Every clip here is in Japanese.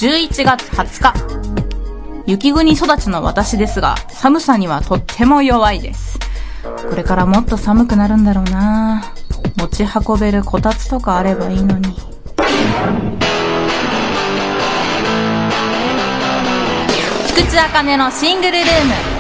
11月20日。雪国育ちの私ですが、寒さにはとっても弱いです。これからもっと寒くなるんだろうな。持ち運べるこたつとかあればいいのに。菊池茜のシングルルーム。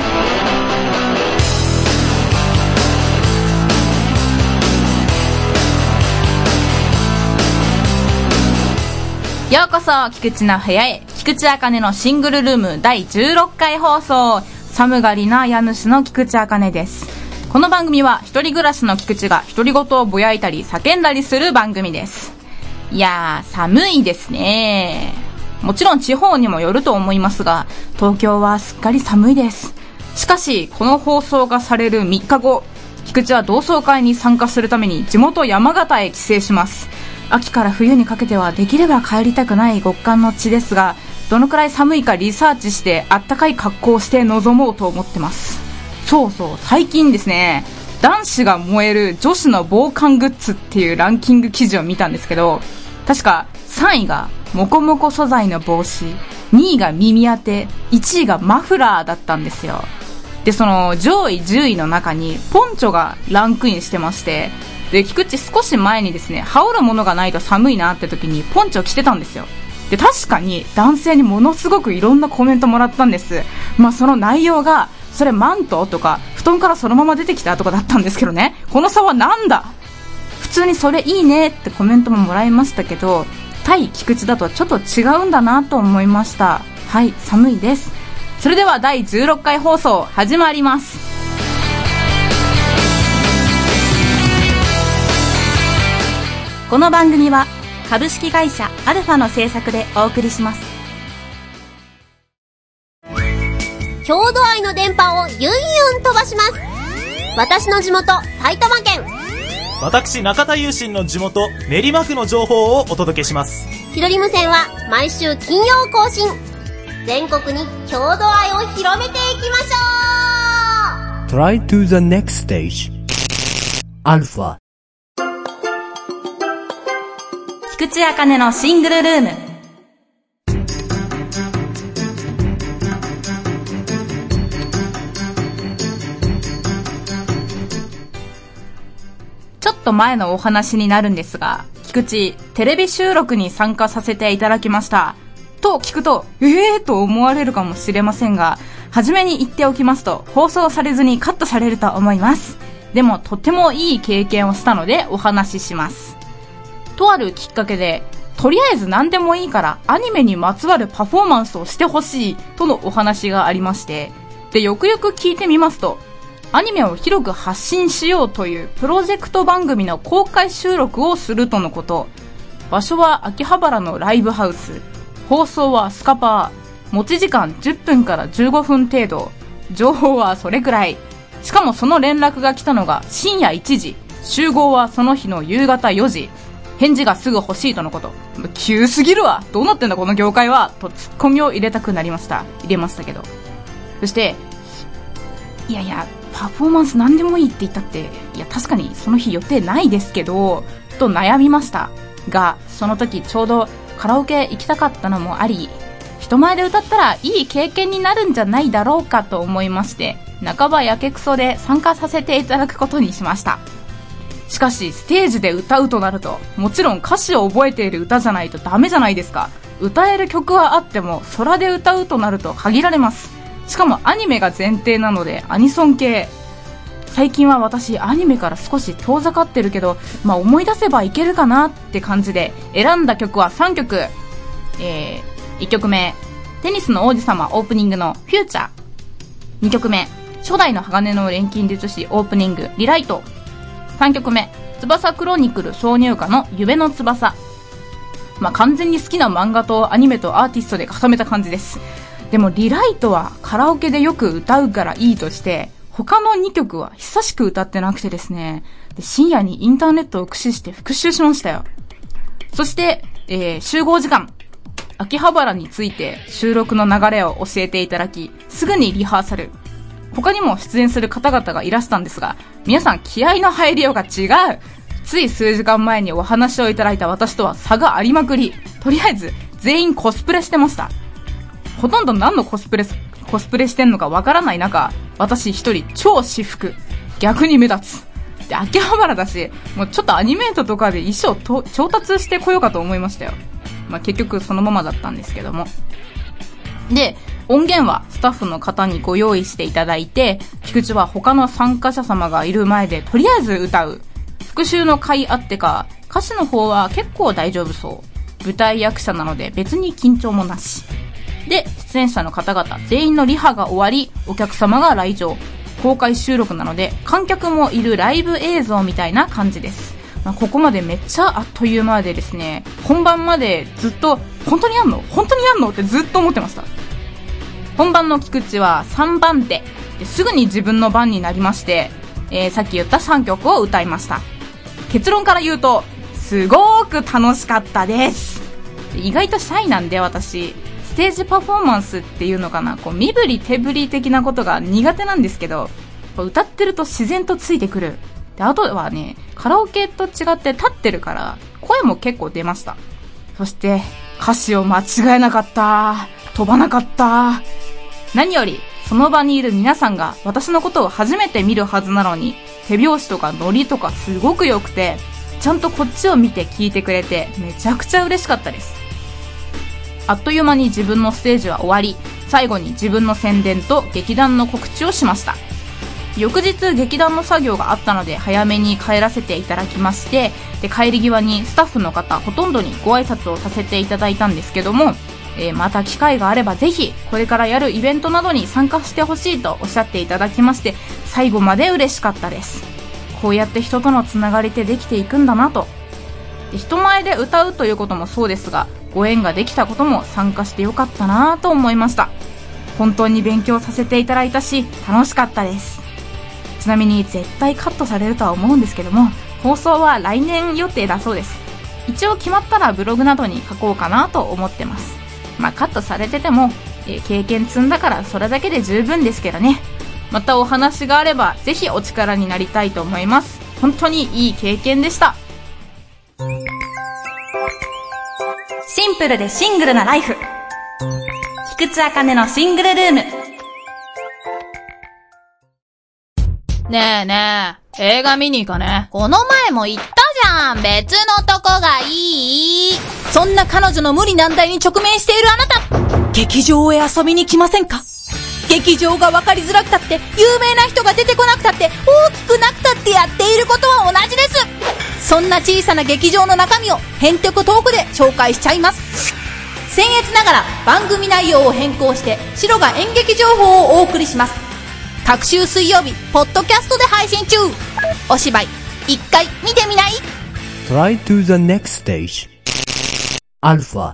ようこそ菊池の部屋へ。菊池茜のシングルルーム第16回放送。寒がりな家主の菊池茜です。この番組は一人暮らしの菊池が独り言をぼやいたり叫んだりする番組です。いやー、寒いですね。もちろん地方にもよると思いますが、東京はすっかり寒いです。しかしこの放送がされる3日後、菊池は同窓会に参加するために地元山形へ帰省します。秋から冬にかけてはできれば帰りたくない極寒の地ですが、どのくらい寒いかリサーチしてあったかい格好をして臨もうと思ってます。そうそう、最近ですね、男子が燃える女子の防寒グッズっていうランキング記事を見たんですけど、確か3位がモコモコ素材の帽子、2位が耳当て、1位がマフラーだったんですよ。で、その上位10位の中にポンチョがランクインしてまして、で、菊池少し前にですね、羽織るものがないと寒いなって時にポンチョ着てたんですよ。で、確かに男性にものすごくいろんなコメントもらったんです。まあその内容が、それマントとか布団からそのまま出てきたとかだったんですけどね、この差はなんだ。普通にそれいいねってコメントももらいましたけど、対菊池だとちょっと違うんだなと思いました。はい、寒いです。それでは第16回放送始まります。この番組は株式会社アルファの制作でお送りします。 郷土愛の電波をユンユン飛ばします。私の地元埼玉県、 私中田優心の地元練馬区の情報をお届けします。 ひどり無線は毎週金曜更新。全国に郷土愛を広めていきましょう。 Try to the next stage アルファ。 菊池茜のシングルルーム。ちょっと前のお話になるんですが、菊池テレビ収録に参加させていただきましたと聞くと、と思われるかもしれませんが、初めに言っておきますと、放送されずにカットされると思います。でもとてもいい経験をしたのでお話しします。とあるきっかけで、とりあえず何でもいいからアニメにまつわるパフォーマンスをしてほしいとのお話がありまして、で、よくよく聞いてみますと、アニメを広く発信しようというプロジェクト番組の公開収録をするとのこと。場所は秋葉原のライブハウス、放送はスカパー、持ち時間10分から15分程度、情報はそれくらい。しかもその連絡が来たのが深夜1時、集合はその日の夕方4時、返事がすぐ欲しいとのこと。急すぎるわ、どうなってんだこの業界は、とツッコミを入れたくなりました。入れましたけど、そして、いやいやパフォーマンス何でもいいって言ったって、いや確かにその日予定ないですけどと悩みましたが、その時ちょうどカラオケ行きたかったのもあり、人前で歌ったらいい経験になるんじゃないだろうかと思いまして、半ばやけくそで参加させていただくことにしました。しかしステージで歌うとなると、もちろん歌詞を覚えている歌じゃないとダメじゃないですか。歌える曲はあっても空で歌うとなると限られます。しかもアニメが前提なのでアニソン系。最近は私アニメから少し遠ざかってるけど、思い出せばいけるかなって感じで選んだ曲は3曲。1曲目テニスの王子様オープニングのフューチャー、2曲目初代の鋼の錬金術師オープニングリライト、3曲目翼クロニクル挿入歌の夢の翼。完全に好きな漫画とアニメとアーティストで固めた感じです。でもリライトはカラオケでよく歌うからいいとして、他の2曲は久しく歌ってなくてですね、で深夜にインターネットを駆使して復習しましたよ。そして、集合時間、秋葉原について収録の流れを教えていただき、すぐにリハーサル。他にも出演する方々がいらしたんですが、皆さん気合の入りようが違う。つい数時間前にお話をいただいた私とは差がありまくり、とりあえず全員コスプレしてました。ほとんど何のコスプレしてんのかわからない中、私一人超私服。逆に目立つ。で、秋葉原だし、もうちょっとアニメートとかで衣装調達してこようかと思いましたよ。結局そのままだったんですけども。で、音源はスタッフの方にご用意していただいて、菊池は他の参加者様がいる前でとりあえず歌う。復習の回あってか、歌詞の方は結構大丈夫そう。舞台役者なので別に緊張もなし。で、出演者の方々全員のリハが終わり、お客様が来場。公開収録なので観客もいるライブ映像みたいな感じです。ここまでめっちゃあっという間でですね、本番までずっと本当にやんのってずっと思ってました。本番の菊池は3番手ですぐに自分の番になりまして、さっき言った3曲を歌いました。結論から言うとすごーく楽しかったです。意外とシャイなんで私、ステージパフォーマンスっていうのかな、身振り手振り的なことが苦手なんですけど、歌ってると自然とついてくる。で、あとはね、カラオケと違って立ってるから声も結構出ました。そして歌詞を間違えなかった、飛ばなかった。何よりその場にいる皆さんが私のことを初めて見るはずなのに、手拍子とかノリとかすごく良くて、ちゃんとこっちを見て聞いてくれてめちゃくちゃ嬉しかったです。あっという間に自分のステージは終わり、最後に自分の宣伝と劇団の告知をしました。翌日劇団の作業があったので早めに帰らせていただきまして、で帰り際にスタッフの方ほとんどにご挨拶をさせていただいたんですけども、また機会があればぜひこれからやるイベントなどに参加してほしいとおっしゃっていただきまして、最後まで嬉しかったです。こうやって人とのつながりってできていくんだなと。で、人前で歌うということもそうですが、ご縁ができたことも参加してよかったなと思いました。本当に勉強させていただいたし楽しかったです。ちなみに絶対カットされるとは思うんですけども、放送は来年予定だそうです。一応決まったらブログなどに書こうかなと思ってます。カットされてても、経験積んだからそれだけで十分ですけどね。またお話があればぜひお力になりたいと思います。本当にいい経験でした。シンプルでシングルなライフ、菊池茜のシングルルーム。 ねえねえ、映画見に行かね。 この前も言ったじゃん、別のとこがいい。 そんな彼女の無理難題に直面しているあなた、劇場へ遊びに来ませんか？劇場が分かりづらくたって、有名な人が出てこなくたって、大きくなくたってやっていることは同じです。そんな小さな劇場の中身を編曲トークで紹介しちゃいます。僭越ながら番組内容を変更して白が演劇情報をお送りします。各週水曜日ポッドキャストで配信中。お芝居一回見てみない？ Try to the next stage. Alpha.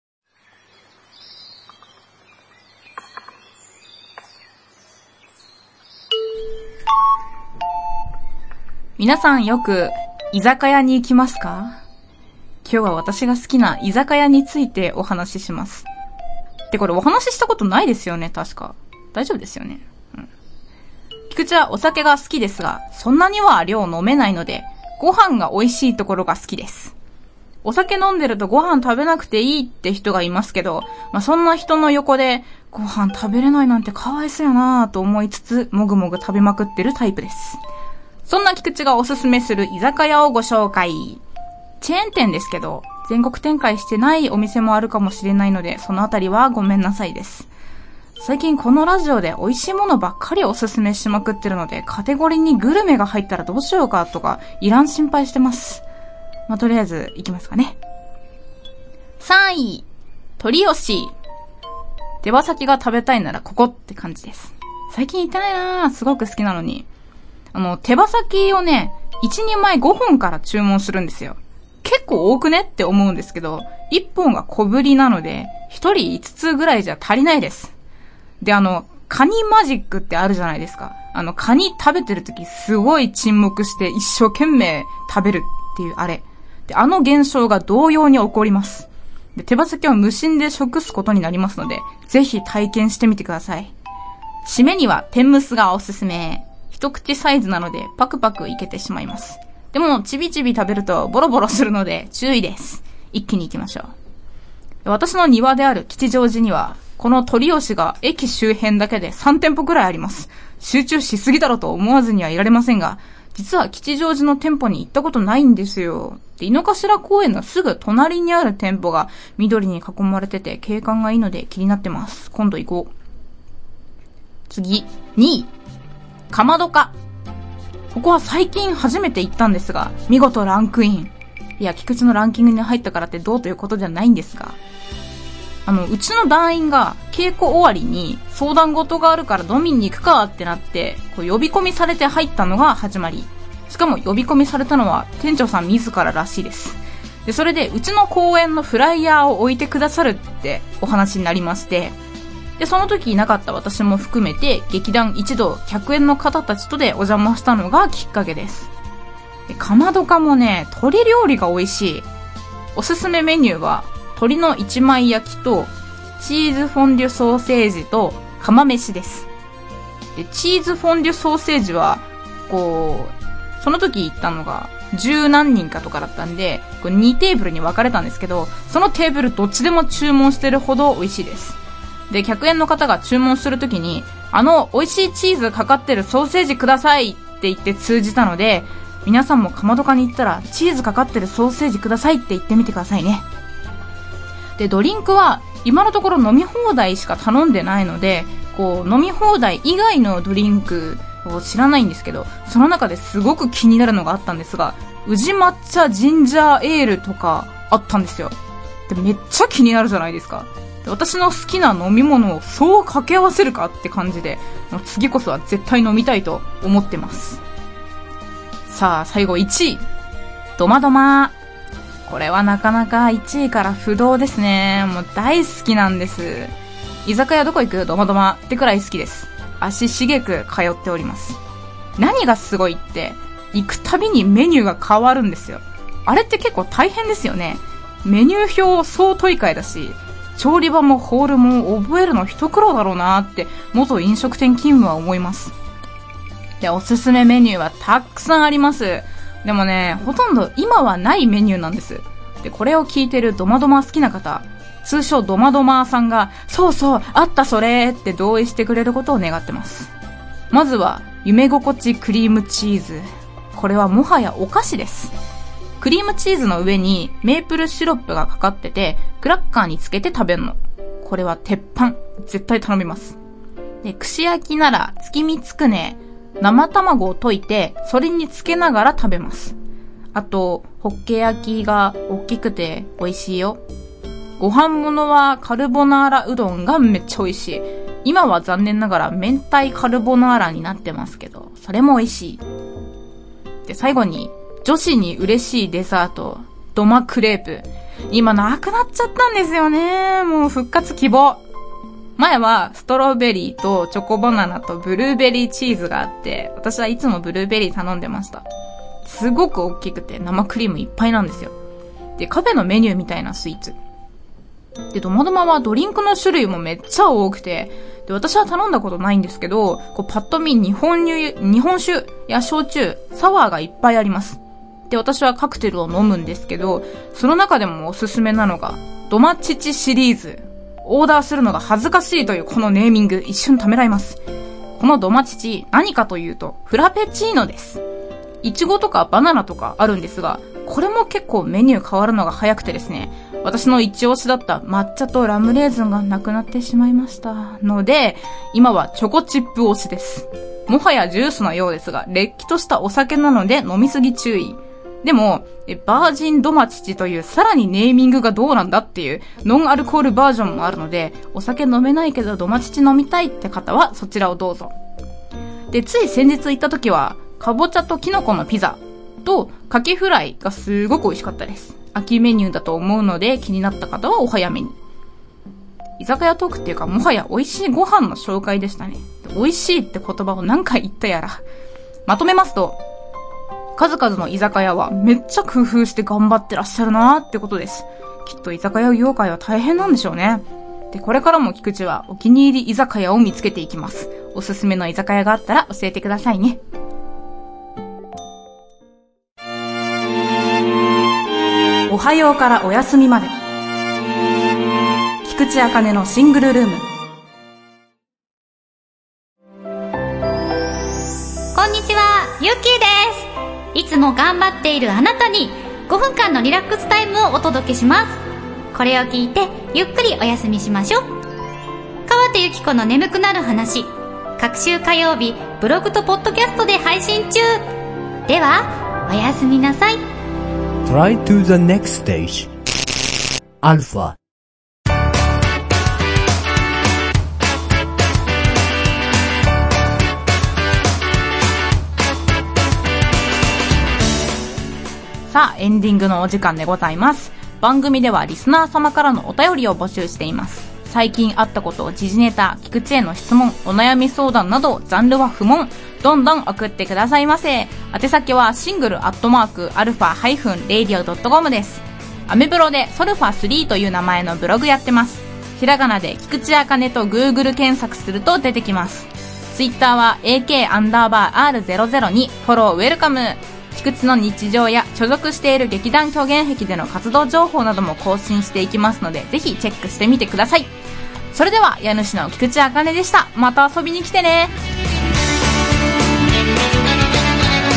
皆さんよく居酒屋に行きますか？今日は私が好きな居酒屋についてお話しします。で、これお話ししたことないですよね、確か。大丈夫ですよね。菊池はお酒が好きですが、そんなには量飲めないので、ご飯が美味しいところが好きです。お酒飲んでるとご飯食べなくていいって人がいますけど、そんな人の横でご飯食べれないなんてかわいそうやなぁと思いつつ、もぐもぐ食べまくってるタイプです。そんな菊池がおすすめする居酒屋をご紹介。チェーン店ですけど、全国展開してないお店もあるかもしれないので、そのあたりはごめんなさいです。最近このラジオで美味しいものばっかりおすすめしまくってるので、カテゴリーにグルメが入ったらどうしようかとか、いらん心配してます。とりあえず行きますかね。3位、鳥吉。手羽先が食べたいならここって感じです。最近行ってないなぁ、すごく好きなのに。手羽先をね、1人前5本から注文するんですよ。結構多くねって思うんですけど、1本が小ぶりなので、1人5つぐらいじゃ足りないです。で、カニマジックってあるじゃないですか。カニ食べてるときすごい沈黙して一生懸命食べるっていうあれ。で、現象が同様に起こります。で、手羽先を無心で食すことになりますので、ぜひ体験してみてください。締めには天むすがおすすめ。一口サイズなのでパクパクいけてしまいます。でもちびちび食べるとボロボロするので注意です。一気に行きましょう。 私の庭である吉祥寺には、この鳥吉が駅周辺だけで3店舗くらいあります。集中しすぎだろと思わずにはいられませんが、実は吉祥寺の店舗に行ったことないんですよ。で、井の頭公園のすぐ隣にある店舗が緑に囲まれてて景観がいいので気になってます。今度行こう。次、2位。かまどか。ここは最近初めて行ったんですが、見事ランクイン。いや、菊池のランキングに入ったからってどうということじゃないんですが、うちの団員が稽古終わりに相談事があるから飲みに行くかってなって、呼び込みされて入ったのが始まり。しかも呼び込みされたのは店長さん自ららしいです。で、それでうちの公演のフライヤーを置いてくださるってお話になりまして、で、その時いなかった私も含めて劇団一同客演の方たちとでお邪魔したのがきっかけです。で、かまどかもね、鶏料理が美味しい。おすすめメニューは鶏の一枚焼きとチーズフォンデュソーセージと釜飯です。で、チーズフォンデュソーセージはその時行ったのが10何人かとかだったんで、2テーブルに分かれたんですけど、そのテーブルどっちでも注文してるほど美味しいです。で、客演の方が注文するときに、美味しいチーズかかってるソーセージくださいって言って通じたので、皆さんもかまどかに行ったら、チーズかかってるソーセージくださいって言ってみてくださいね。で、ドリンクは、今のところ飲み放題しか頼んでないので、飲み放題以外のドリンクを知らないんですけど、その中ですごく気になるのがあったんですが、宇治抹茶ジンジャーエールとかあったんですよ。で、めっちゃ気になるじゃないですか。私の好きな飲み物をそう掛け合わせるかって感じで、次こそは絶対飲みたいと思ってます。さあ、最後1位。ドマドマ。これはなかなか1位から不動ですね。もう大好きなんです。居酒屋どこ行く？ドマドマってくらい好きです。足しげく通っております。何がすごいって、行くたびにメニューが変わるんですよ。あれって結構大変ですよね。メニュー表を総取り替えだし、調理場もホールも覚えるの一苦労だろうなーって元飲食店勤務は思います。で、おすすめメニューはたくさんあります。でもね、ほとんど今はないメニューなんです。で、これを聞いてるドマドマ好きな方、通称ドマドマーさんが、そうそう、あったそれって同意してくれることを願ってます。まずは、夢心地クリームチーズ。これはもはやお菓子です。クリームチーズの上にメープルシロップがかかってて、クラッカーにつけて食べるの。これは鉄板。絶対頼みます。で、串焼きなら月見つくね。生卵を溶いて、それにつけながら食べます。あと、ホッケ焼きが大きくて美味しいよ。ご飯物はカルボナーラうどんがめっちゃ美味しい。今は残念ながら明太カルボナーラになってますけど、それも美味しい。で、最後に、女子に嬉しいデザート、ドマクレープ。今なくなっちゃったんですよね。もう復活希望。前はストロベリーとチョコバナナとブルーベリーチーズがあって、私はいつもブルーベリー頼んでました。すごく大きくて生クリームいっぱいなんですよ。で、カフェのメニューみたいなスイーツ。で、ドマドマはドリンクの種類もめっちゃ多くて、で、私は頼んだことないんですけど、パッと見日本酒や焼酎、サワーがいっぱいあります。で、私はカクテルを飲むんですけど、その中でもおすすめなのが、ドマチチシリーズ。オーダーするのが恥ずかしいというこのネーミング、一瞬ためらいます。このドマチチ、何かというと、フラペチーノです。イチゴとかバナナとかあるんですが、これも結構メニュー変わるのが早くてですね、私の一押しだった抹茶とラムレーズンがなくなってしまいましたので、今はチョコチップ推しです。もはやジュースのようですが、れっきとしたお酒なので飲みすぎ注意。でも、バージンドマチチというさらにネーミングがどうなんだっていうノンアルコールバージョンもあるので、お酒飲めないけどドマチチ飲みたいって方はそちらをどうぞ。で、つい先日行った時は、かぼちゃとキノコのピザとカキフライがすごく美味しかったです。秋メニューだと思うので気になった方はお早めに。居酒屋トークっていうかもはや美味しいご飯の紹介でしたね。美味しいって言葉を何回言ったやら。まとめますと、数々の居酒屋はめっちゃ工夫して頑張ってらっしゃるなーってことです。きっと居酒屋業界は大変なんでしょうね。で、これからも菊池はお気に入り居酒屋を見つけていきます。おすすめの居酒屋があったら教えてくださいね。おはようからお休みまで。 菊池茜のシングルルーム。 こんにちは、ゆっきーです。いつも頑張っているあなたに5分間のリラックスタイムをお届けします。これを聞いてゆっくりお休みしましょう。川手ゆき子の眠くなる話、各週火曜日ブログとポッドキャストで配信中。ではおやすみなさい。 Try to the next stage. Alpha. さあ、エンディングのお時間でございます。番組ではリスナー様からのお便りを募集しています。最近あったことを時事ネタ、菊池への質問、お悩み相談などジャンルは不問、どんどん送ってくださいませ。宛先はシングル@alpha-radio.com です。アメブロでソルファ3という名前のブログやってます。ひらがなで菊池茜と Google 検索すると出てきます。ツイッターは AK_R00 にフォローウェルカム。菊池の日常や所属している劇団虚言癖での活動情報なども更新していきますので、ぜひチェックしてみてください。それでは家主の菊池茜でした。また遊びに来てね。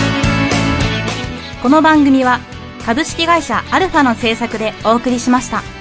この番組は株式会社アルファの制作でお送りしました。